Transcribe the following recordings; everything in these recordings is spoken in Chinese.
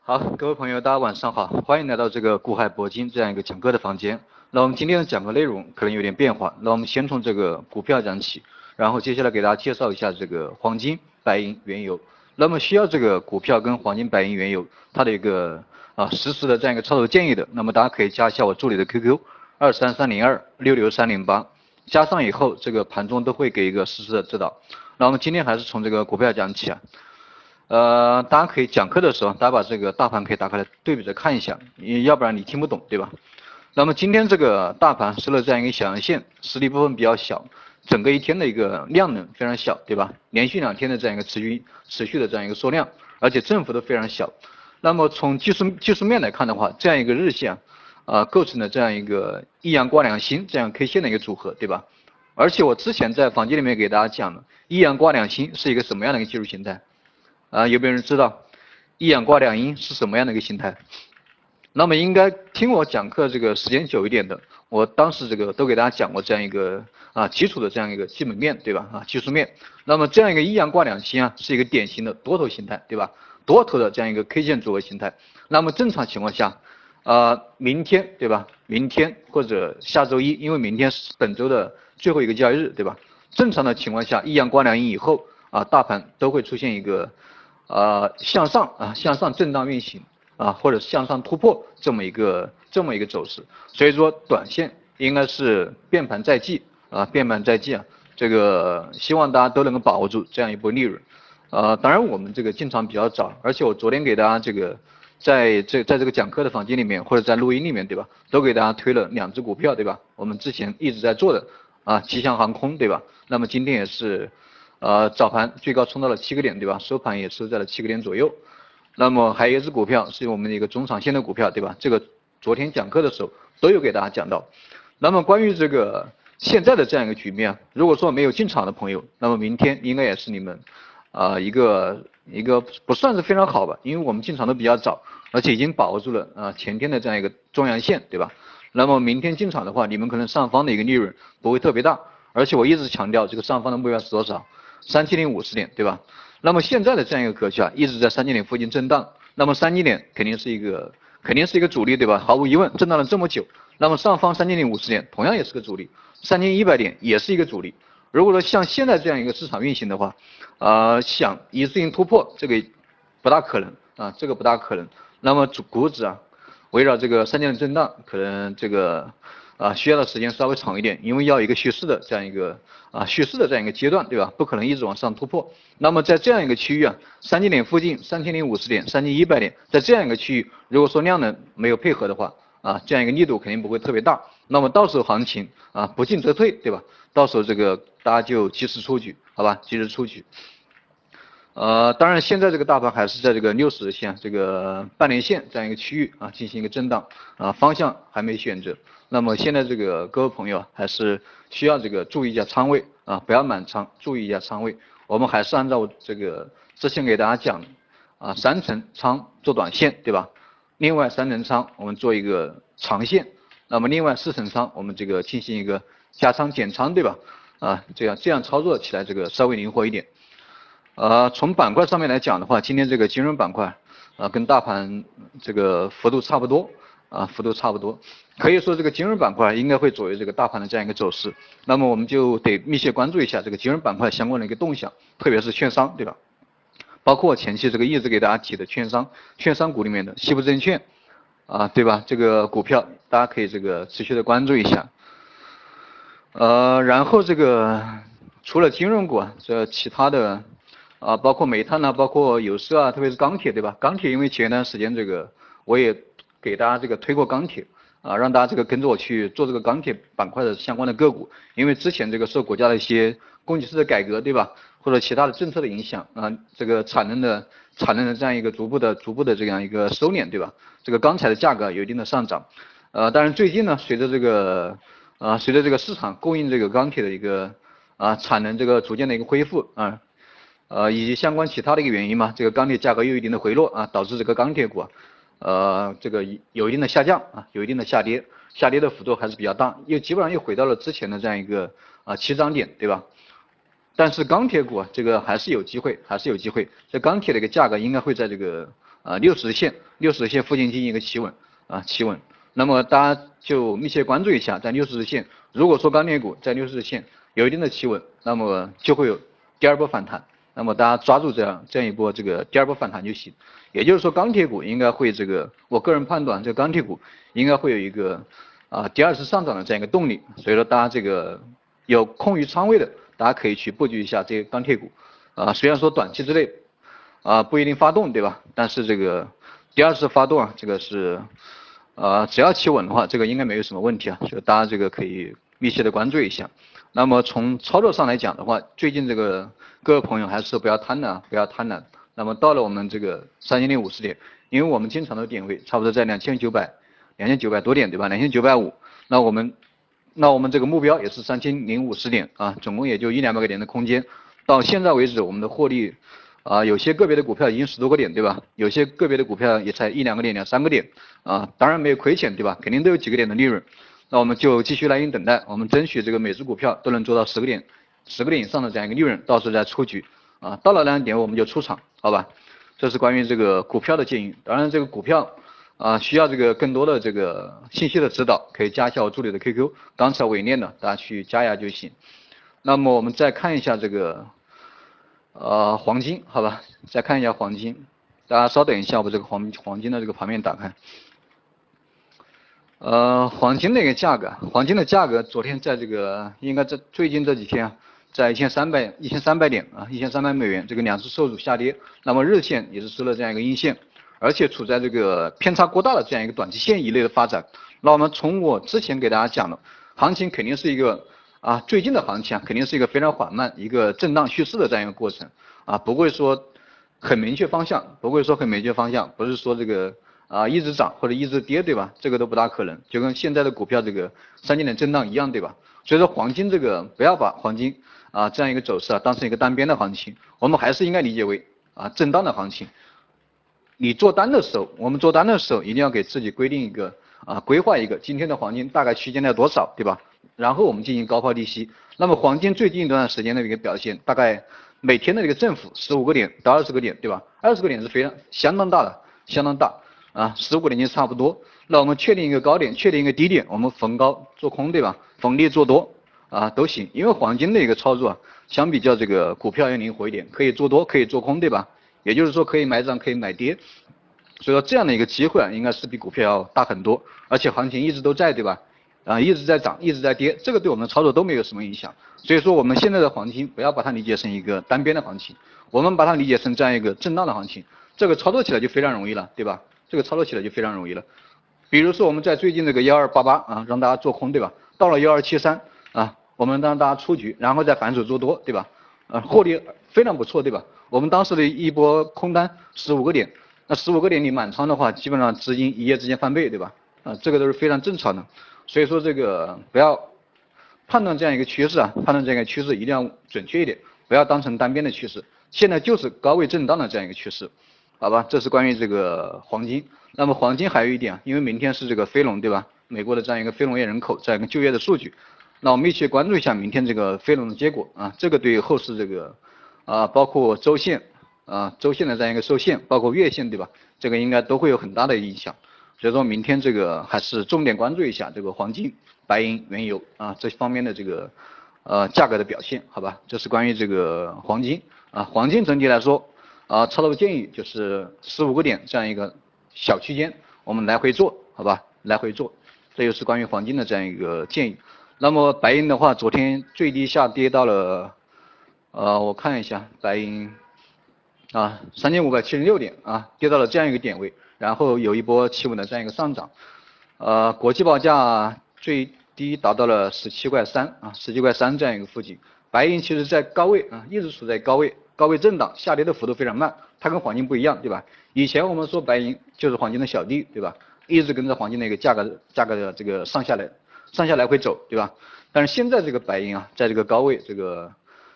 好，各位朋友，大家晚上好，欢迎来到这个股海铂金这样一个讲课的房间。那我们今天的讲课内容可能有点变化，那我们先从这个股票讲起，然后接下来给大家介绍一下这个黄金、白银、原油。那么需要这个股票跟黄金、白银、原油它的一个实时的这样一个操作建议的，那么大家可以加一下我助理的 QQ 23302666308，加上以后这个盘中都会给一个实时的指导。那我们今天还是从这个股票讲起啊。大家可以讲课的时候，大家把这个大盘可以打开来对比着看一下，要不然你听不懂，对吧？那么今天这个大盘收了这样一个小阳线，实力部分比较小，整个一天的一个量能非常小，对吧？连续2天的这样一个持续的这样一个缩量，而且振幅都非常小。那么从技术面来看的话，这样一个日线构成了这样一个一阳挂两星这样 K 线的一个组合，对吧？而且我之前在房间里面给大家讲了，一阳挂两星是一个什么样的一个技术形态？有没有人知道一阳挂两阴是什么样的一个形态？那么应该听我讲课这个时间久一点的，我当时这个都给大家讲过这样一个基础的这样一个基本面，对吧？技术面。那么这样一个一阳挂两阴是一个典型的多头形态，对吧？多头的这样一个 K 线组合形态。那么正常情况下，明天对吧？明天或者下周一，因为明天是本周的最后一个交易日，对吧？正常的情况下，一阳挂两阴以后大盘都会出现一个向上震荡运行或者向上突破这么一个走势，所以说短线应该是变盘在即这个希望大家都能够把握住这样一波利润。当然我们这个进场比较早，而且我昨天给大家这个在这个讲课的房间里面或者在录音里面，对吧？都给大家推了2只股票，对吧？我们之前一直在做的吉祥航空，对吧？那么今天也是早盘最高冲到了7个点，对吧？收盘也收在了7个点左右。那么还有一只股票是我们的一个中长线的股票，对吧？这个昨天讲课的时候都有给大家讲到。那么关于这个现在的这样一个局面，如果说没有进场的朋友，那么明天应该也是你们一个不算是非常好吧，因为我们进场都比较早，而且已经把握住了前天的这样一个中阳线，对吧？那么明天进场的话，你们可能上方的一个利润不会特别大，而且我一直强调这个上方的目标是多少？37.50点，对吧？那么现在的这样一个格局一直在37点附近震荡，那么37点肯定是一个主力，对吧？毫无疑问，震荡了这么久，那么上方37.50点同样也是个主力，3100点也是一个主力。如果说像现在这样一个市场运行的话，想一次性突破这个不大可能这个不大可能。那么股指围绕这个3点的震荡，可能这个需要的时间稍微长一点，因为要一个叙事的这样一个阶段，对吧？不可能一直往上突破。那么在这样一个区域3000点附近，3050点、3100点，在这样一个区域，如果说量能没有配合的话这样一个力度肯定不会特别大。那么到时候行情不进则退，对吧？到时候这个大家就及时出局，好吧？及时出局。当然现在这个大盘还是在这个60日线这个半年线这样一个区域进行一个震荡方向还没选择。那么现在这个各位朋友还是需要这个注意一下仓位不要满仓，注意一下仓位。我们还是按照这个之前给大家讲3成仓做短线，对吧？另外3成仓我们做一个长线，那么另外4成仓我们这个进行一个加仓减仓，对吧？这样操作起来这个稍微灵活一点。从板块上面来讲的话，今天这个金融板块跟大盘这个幅度差不多可以说这个金融板块应该会左右这个大盘的这样一个走势。那么我们就得密切关注一下这个金融板块相关的一个动向，特别是券商，对吧？包括前期这个一直给大家提的券商股里面的西部证券对吧？这个股票大家可以这个持续的关注一下。然后这个除了金融股这其他的包括煤炭包括有色特别是钢铁，对吧？钢铁因为前一段时间这个我也给大家这个推过钢铁让大家这个跟着我去做这个钢铁板块的相关的个股，因为之前这个受国家的一些供给侧的改革，对吧？或者其他的政策的影响这个产能的这样一个逐步的这样一个收敛，对吧？这个钢材的价格有一定的上涨，当然最近呢，随着这个市场供应这个钢铁的一个产能这个逐渐的一个恢复以及相关其他的一个原因嘛，这个钢铁价格又有一定的回落导致这个钢铁股这个有一定的下降有一定的下跌的幅度还是比较大，基本上又回到了之前的这样一个起涨点，对吧？但是钢铁股这个还是有机会，这钢铁的一个价格应该会在这个 60日线附近进行一个企稳。那么大家就密切关注一下，在60日线，如果说钢铁股在60日线有一定的企稳，那么就会有第二波反弹。那么大家抓住这样一波这个第二波反弹就行。也就是说，钢铁股应该会我个人判断，这个钢铁股应该会有一个第二次上涨的这样一个动力。所以说，大家这个有空余仓位的，大家可以去布局一下这个钢铁股。虽然说短期之内不一定发动，对吧？但是这个第二次发动啊，这个是只要企稳的话，这个应该没有什么问题啊。所以大家这个可以密切的关注一下。那么从操作上来讲的话，最近这个各位朋友还是不要贪婪，不要贪婪。那么到了我们这个3050点，因为我们经常的点位差不多在2900多点，对吧？2950，那我们这个目标也是3050点啊，总共也就100-200个点的空间。到现在为止，我们的获利有些个别的股票已经10多个点，对吧？有些个别的股票也才1-2个点、2-3个点当然没有亏钱，对吧？肯定都有几个点的利润。那我们就继续耐心等待，我们争取这个每只股票都能做到10个点以上的这样一个利润，到时候再出局到了那点我们就出场，好吧？这是关于这个股票的建议。当然这个股票需要这个更多的这个信息的指导，可以加一下我助理的 QQ， 刚才我也念了，大家去加一下就行。那么我们再看一下这个黄金，好吧？再看一下黄金，大家稍等一下，我把这个黄金的这个盘面打开。黄金的一个价格，黄金的价格昨天在这个应该在最近这几天在1300点$1300这个两次受阻下跌，那么日线也是收了这样一个阴线，而且处在这个偏差过大的这样一个短期线以内的发展。那我们从我之前给大家讲的，行情肯定是一个最近的行情肯定是一个非常缓慢一个震荡蓄势的这样一个过程不会说很明确方向，不是说这个一直涨或者一直跌，对吧？这个都不大可能，就跟现在的股票这个3点震荡一样，对吧？所以说黄金这个不要把黄金这样一个走势当成一个单边的行情，我们还是应该理解为震荡的行情。你做单的时候，我们做单的时候一定要给自己规定一个规划一个今天的黄金大概区间在多少，对吧？然后我们进行高抛低吸。那么黄金最近一段时间的一个表现，大概每天的一个振幅15个点到20个点，对吧？20个点是相当大的，相当大15个点就差不多。那我们确定一个高点，确定一个低点，我们逢高做空，对吧？逢低做多都行。因为黄金的一个操作相比较这个股票要灵活一点，可以做多，可以做空，对吧？也就是说可以买涨，可以买跌。所以说这样的一个机会应该是比股票要大很多，而且行情一直都在，对吧？一直在涨，一直在跌，这个对我们的操作都没有什么影响。所以说我们现在的黄金不要把它理解成一个单边的行情，我们把它理解成这样一个震荡的行情，这个操作起来就非常容易了，对吧？这个操作起来就非常容易了。比如说我们在最近这个1288让大家做空，对吧？到了1273我们让大家出局，然后再反手做多，对吧？获利非常不错，对吧？我们当时的一波空单15个点，那15个点你满仓的话，基本上资金一夜之间翻倍，对吧？这个都是非常正常的。所以说这个不要判断这样一个趋势判断这样一个趋势一定要准确一点，不要当成单边的趋势。现在就是高位震荡的这样一个趋势，好吧？这是关于这个黄金。那么黄金还有一点，因为明天是这个非农，对吧？美国的这样一个非农业人口这样一个就业的数据，那我们一起关注一下明天这个非农的结果这个对后市这个包括周线周线的这样一个受限，包括月线，对吧？这个应该都会有很大的影响。所以说明天这个还是重点关注一下这个黄金、白银、原油这方面的这个价格的表现，好吧？这是关于这个黄金黄金整体来说操作建议就是15个点这样一个小区间，我们来回做，好吧？来回做，这就是关于黄金的这样一个建议。那么白银的话，昨天最低下跌到了我看一下白银3576点跌到了这样一个点位，然后有一波企稳的这样一个上涨，国际报价最低达到了17块317块3这样一个附近。白银其实在高位一直处在高位震荡，下跌的幅度非常慢，它跟黄金不一样，对吧？以前我们说白银就是黄金的小弟，对吧？一直跟着黄金的一个价格的这个上下来回走，对吧？但是现在这个白银在这个高位这个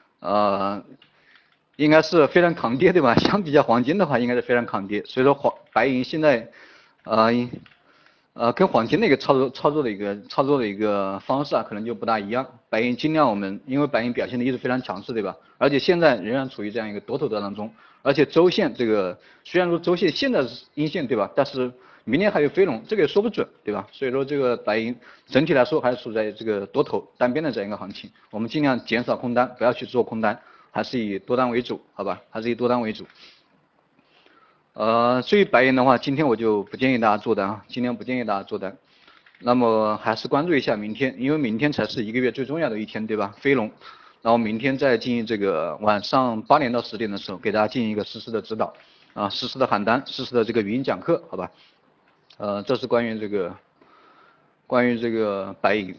应该是非常抗跌，对吧？相比较黄金的话，应该是非常抗跌。所以说白银现在跟黄金的一个操作的一个方式可能就不大一样。尽量因为白银表现的一直非常强势，对吧？而且现在仍然处于这样一个多头的当中， 而且周线这个虽然说周线现在是阴线对吧，但是明天还有飞龙，这个也说不准对吧？所以说这个白银整体来说还是处在这个多头单边的这样一个行情，我们尽量减少空单，不要去做空单，还是以多单为主，好吧？还是以多单为主。至于白银的话，今天我就不建议大家做单啊，今天不建议大家做单。那么还是关注一下明天，因为明天才是一个月最重要的一天，对吧？飞龙，然后明天再进行这个晚上8点到10点的时候，给大家进行一个实时的指导啊，实时的喊单，实时的这个语音讲课，好吧？这是关于这个白银。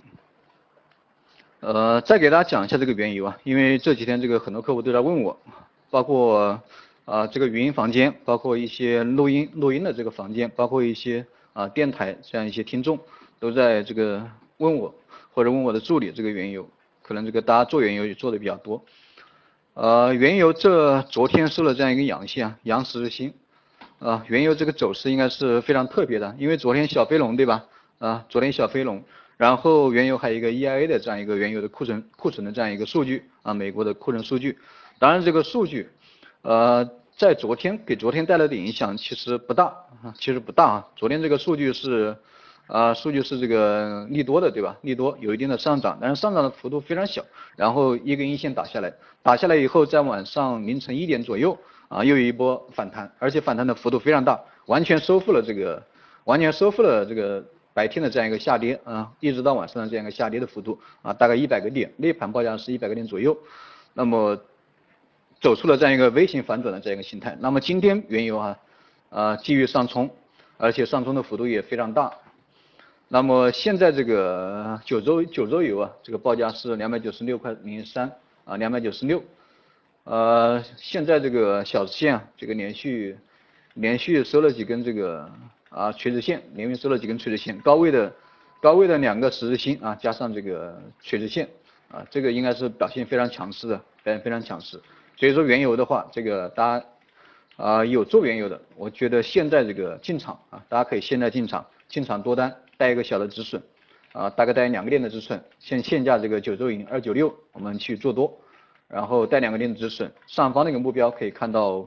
再给大家讲一下这个原油啊，因为这几天这个很多客户都在问我，包括这个语音房间，包括一些录音的这个房间，包括一些电台这样一些听众都在这个问我，或者问我的助理这个原油，可能这个大家做原油也做的比较多。原油昨天收了这样一个阳线啊，阳十日线，原油这个走势应该是非常特别的，因为昨天小飞龙对吧？昨天小飞龙，然后原油还有一个 EIA 的这样一个原油的库存的这样一个数据啊，美国的库存数据。当然这个数据，在给昨天带来的影响其实不大啊，昨天这个数据是这个利多的对吧？利多有一定的上涨，但是上涨的幅度非常小，然后一根阴线打下来以后，在晚上凌晨1点左右又有一波反弹，而且反弹的幅度非常大，完全收复了这个白天的这样一个下跌一直到晚上的这样一个下跌的幅度大概100个点，内盘报价是100个点左右，那么走出了这样一个微型反转的这样一个形态。那么今天原油继续上冲，而且上冲的幅度也非常大。那么现在这个九州油这个报价是296.03块296，现在这个小时线这个连续收了几根这个垂直线，连续收了几根垂直线，高位的2个十日线加上这个垂直线这个应该是表现非常强势的，表现非常强势。所以说原油的话，这个大家有做原油的，我觉得现在这个进场大家可以现在进场多单，带一个小的止损大概带2个点的止损，现价这个九州银296，我们去做多，然后带2个点的止损，上方那个目标可以看到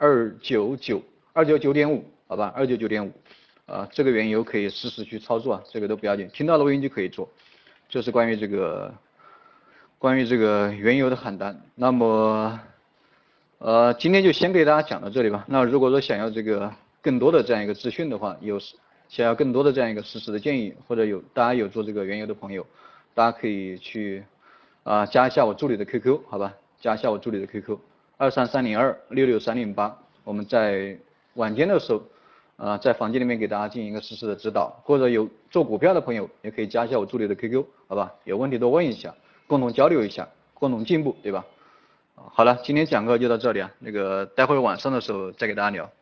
299.5，好吧，299.5，这个原油可以实时去操作这个都不要紧，听到录音就可以做，这是关于这个原油的喊单。那么今天就先给大家讲到这里吧。那如果说想要这个更多的这样一个资讯的话，想要更多的这样一个实时的建议，或者大家有做这个原油的朋友，大家可以去加一下我助理的 QQ， 好吧？加一下我助理的 QQ23302663008，我们在晚间的时候在房间里面给大家进行一个实时的指导，或者有做股票的朋友也可以加一下我助理的 QQ， 好吧？有问题多问一下，共同交流一下，共同进步，对吧？好了，今天讲课就到这里那个待会儿晚上的时候再给大家聊。